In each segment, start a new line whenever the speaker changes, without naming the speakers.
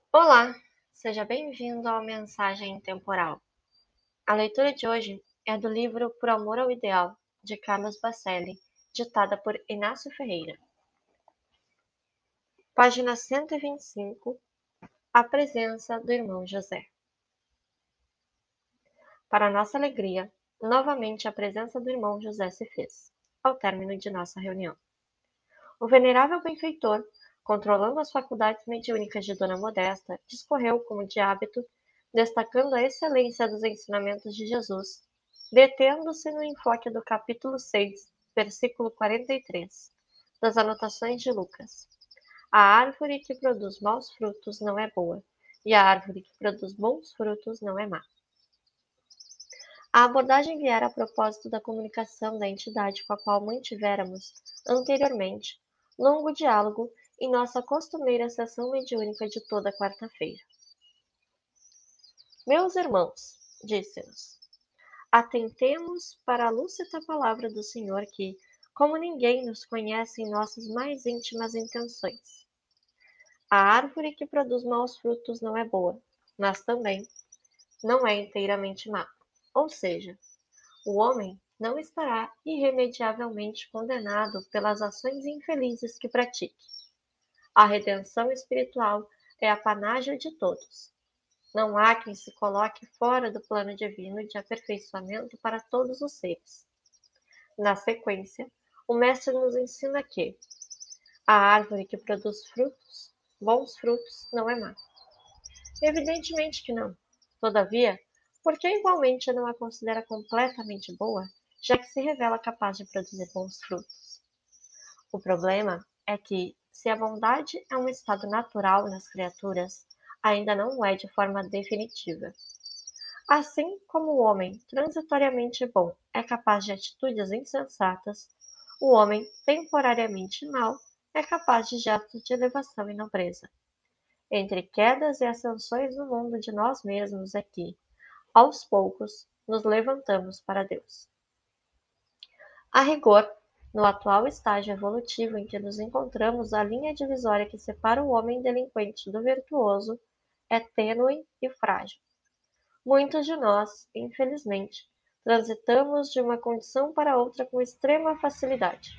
Olá, seja bem-vindo ao Mensagem Temporal. A leitura de hoje é do livro Por Amor ao Ideal, de Carlos Bacelli, ditada por Inácio Ferreira. Página 125. A presença do irmão José. Para nossa alegria, novamente a presença do irmão José se fez, ao término de nossa reunião. O venerável benfeitor, controlando as faculdades mediúnicas de Dona Modesta, discorreu, como de hábito, destacando a excelência dos ensinamentos de Jesus, detendo-se no enfoque do capítulo 6, versículo 43, das anotações de Lucas. A árvore que produz maus frutos não é boa, e a árvore que produz bons frutos não é má. A abordagem viera a propósito da comunicação da entidade com a qual mantivéramos, anteriormente, longo diálogo em nossa costumeira sessão mediúnica de toda quarta-feira. Meus irmãos, disse-nos, atentemos para a lúcida palavra do Senhor que, como ninguém, nos conhece em nossas mais íntimas intenções. A árvore que produz maus frutos não é boa, mas também não é inteiramente má. Ou seja, o homem não estará irremediavelmente condenado pelas ações infelizes que pratique. A redenção espiritual é apanágio de todos. Não há quem se coloque fora do plano divino de aperfeiçoamento para todos os seres. Na sequência, o mestre nos ensina que a árvore que produz frutos, bons frutos, não é má. Evidentemente que não. Todavia, por que igualmente não a considera completamente boa, já que se revela capaz de produzir bons frutos? O problema é que, se a bondade é um estado natural nas criaturas, ainda não o é de forma definitiva. Assim como o homem transitoriamente bom é capaz de atitudes insensatas, o homem temporariamente mau é capaz de gestos de elevação e nobreza. Entre quedas e ascensões no mundo de nós mesmos é que, aos poucos, nos levantamos para Deus. A rigor, no atual estágio evolutivo em que nos encontramos, a linha divisória que separa o homem delinquente do virtuoso é tênue e frágil. Muitos de nós, infelizmente, transitamos de uma condição para outra com extrema facilidade.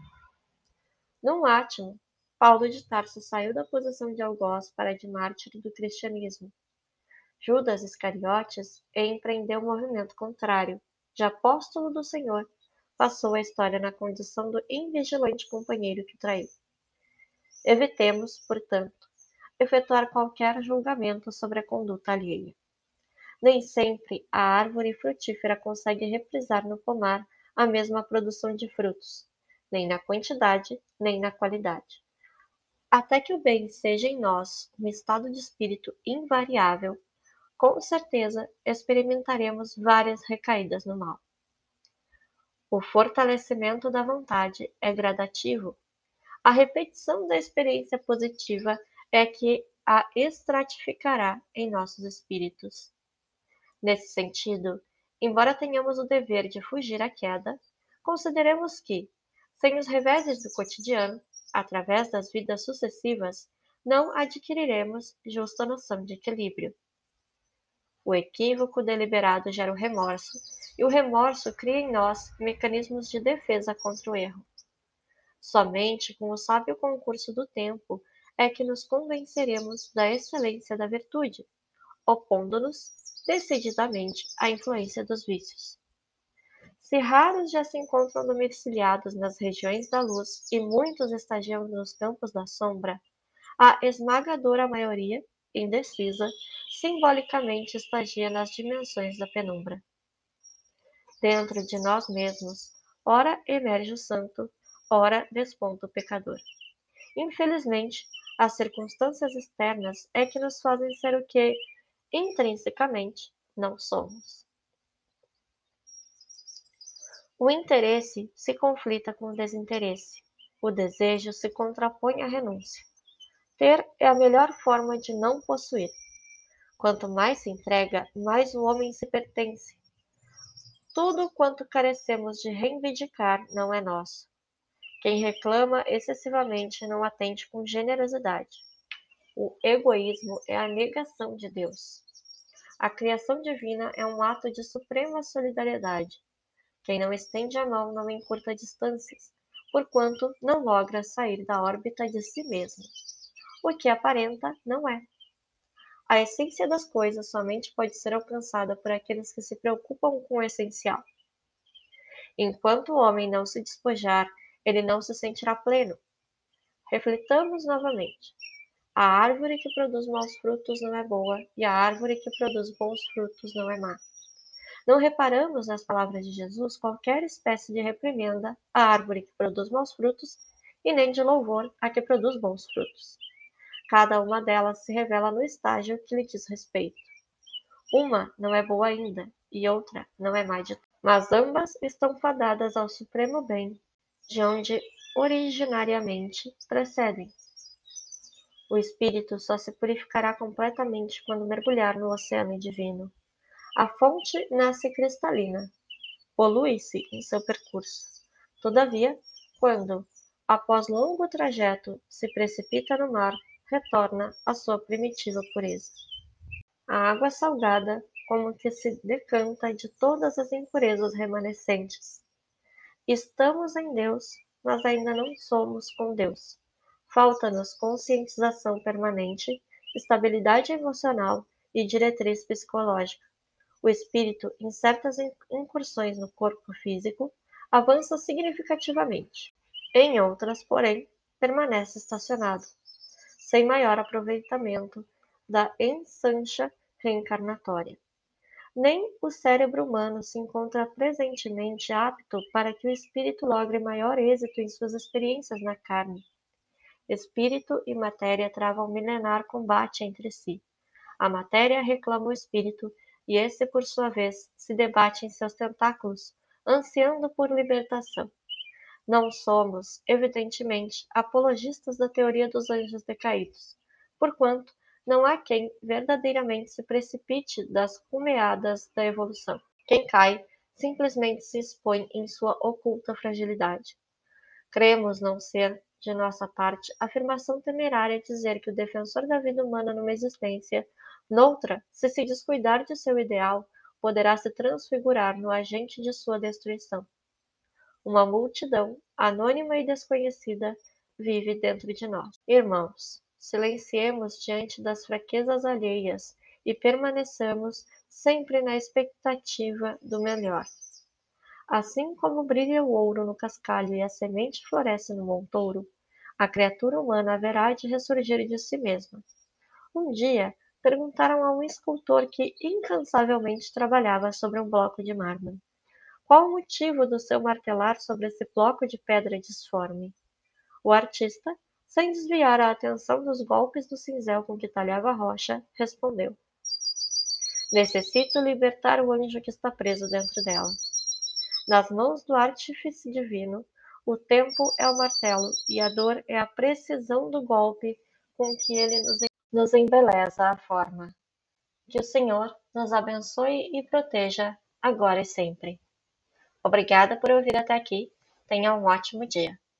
Num átimo, Paulo de Tarso saiu da posição de algoz para a de mártir do cristianismo. Judas Iscariotes empreendeu o movimento contrário. De apóstolo do Senhor, passou a história na condição do invigilante companheiro que traiu. Evitemos, portanto, efetuar qualquer julgamento sobre a conduta alheia. Nem sempre a árvore frutífera consegue reprisar no pomar a mesma produção de frutos, nem na quantidade, nem na qualidade. Até que o bem seja em nós um estado de espírito invariável, com certeza experimentaremos várias recaídas no mal. O fortalecimento da vontade é gradativo. A repetição da experiência positiva é que a estratificará em nossos espíritos. Nesse sentido, embora tenhamos o dever de fugir à queda, consideremos que, sem os reveses do cotidiano, através das vidas sucessivas, não adquiriremos justa noção de equilíbrio. O equívoco deliberado gera o remorso, e o remorso cria em nós mecanismos de defesa contra o erro. Somente com o sábio concurso do tempo é que nos convenceremos da excelência da virtude, opondo-nos decididamente à influência dos vícios. Se raros já se encontram domiciliados nas regiões da luz e muitos estagiam nos campos da sombra, a esmagadora maioria, indecisa, simbolicamente estagia nas dimensões da penumbra. Dentro de nós mesmos, ora emerge o santo, ora desponta o pecador. Infelizmente, as circunstâncias externas é que nos fazem ser o que, intrinsecamente, não somos. O interesse se conflita com o desinteresse. O desejo se contrapõe à renúncia. Ter é a melhor forma de não possuir. Quanto mais se entrega, mais o homem se pertence. Tudo quanto carecemos de reivindicar não é nosso. Quem reclama excessivamente não atende com generosidade. O egoísmo é a negação de Deus. A criação divina é um ato de suprema solidariedade. Quem não estende a mão não encurta distâncias, porquanto não logra sair da órbita de si mesmo. O que aparenta não é. A essência das coisas somente pode ser alcançada por aqueles que se preocupam com o essencial. Enquanto o homem não se despojar, ele não se sentirá pleno. Reflitamos novamente. A árvore que produz maus frutos não é boa, e a árvore que produz bons frutos não é má. Não reparamos nas palavras de Jesus qualquer espécie de reprimenda à árvore que produz maus frutos, e nem de louvor à que produz bons frutos. Cada uma delas se revela no estágio que lhe diz respeito. Uma não é boa ainda, e outra não é má de todo. Mas ambas estão fadadas ao supremo bem, de onde originariamente procedem. O espírito só se purificará completamente quando mergulhar no oceano divino. A fonte nasce cristalina, polui-se em seu percurso. Todavia, quando, após longo trajeto, se precipita no mar, retorna à sua primitiva pureza. A água salgada, como que se decanta de todas as impurezas remanescentes. Estamos em Deus, mas ainda não somos com Deus. Falta-nos conscientização permanente, estabilidade emocional e diretriz psicológica. O espírito, em certas incursões no corpo físico, avança significativamente. Em outras, porém, permanece estacionado, sem maior aproveitamento da ensancha reencarnatória. Nem o cérebro humano se encontra presentemente apto para que o espírito logre maior êxito em suas experiências na carne. Espírito e matéria travam milenar combate entre si. A matéria reclama o espírito, e esse, por sua vez, se debate em seus tentáculos, ansiando por libertação. Não somos, evidentemente, apologistas da teoria dos anjos decaídos, porquanto não há quem verdadeiramente se precipite das cumeadas da evolução. Quem cai simplesmente se expõe em sua oculta fragilidade. Cremos não ser, de nossa parte, afirmação temerária dizer que o defensor da vida humana numa existência, noutra, se descuidar de seu ideal, poderá se transfigurar no agente de sua destruição. Uma multidão, anônima e desconhecida, vive dentro de nós. Irmãos, silenciemos diante das fraquezas alheias e permaneçamos sempre na expectativa do melhor. Assim como brilha o ouro no cascalho e a semente floresce no montouro, a criatura humana haverá de ressurgir de si mesma. Um dia, perguntaram a um escultor que incansavelmente trabalhava sobre um bloco de mármore: qual o motivo do seu martelar sobre esse bloco de pedra disforme? O artista, sem desviar a atenção dos golpes do cinzel com que talhava a rocha, respondeu: necessito libertar o anjo que está preso dentro dela. Nas mãos do artífice divino, o tempo é o martelo e a dor é a precisão do golpe com que ele nos embeleza a forma. Que o Senhor nos abençoe e proteja, agora e sempre. Obrigada por ouvir até aqui. Tenha um ótimo dia.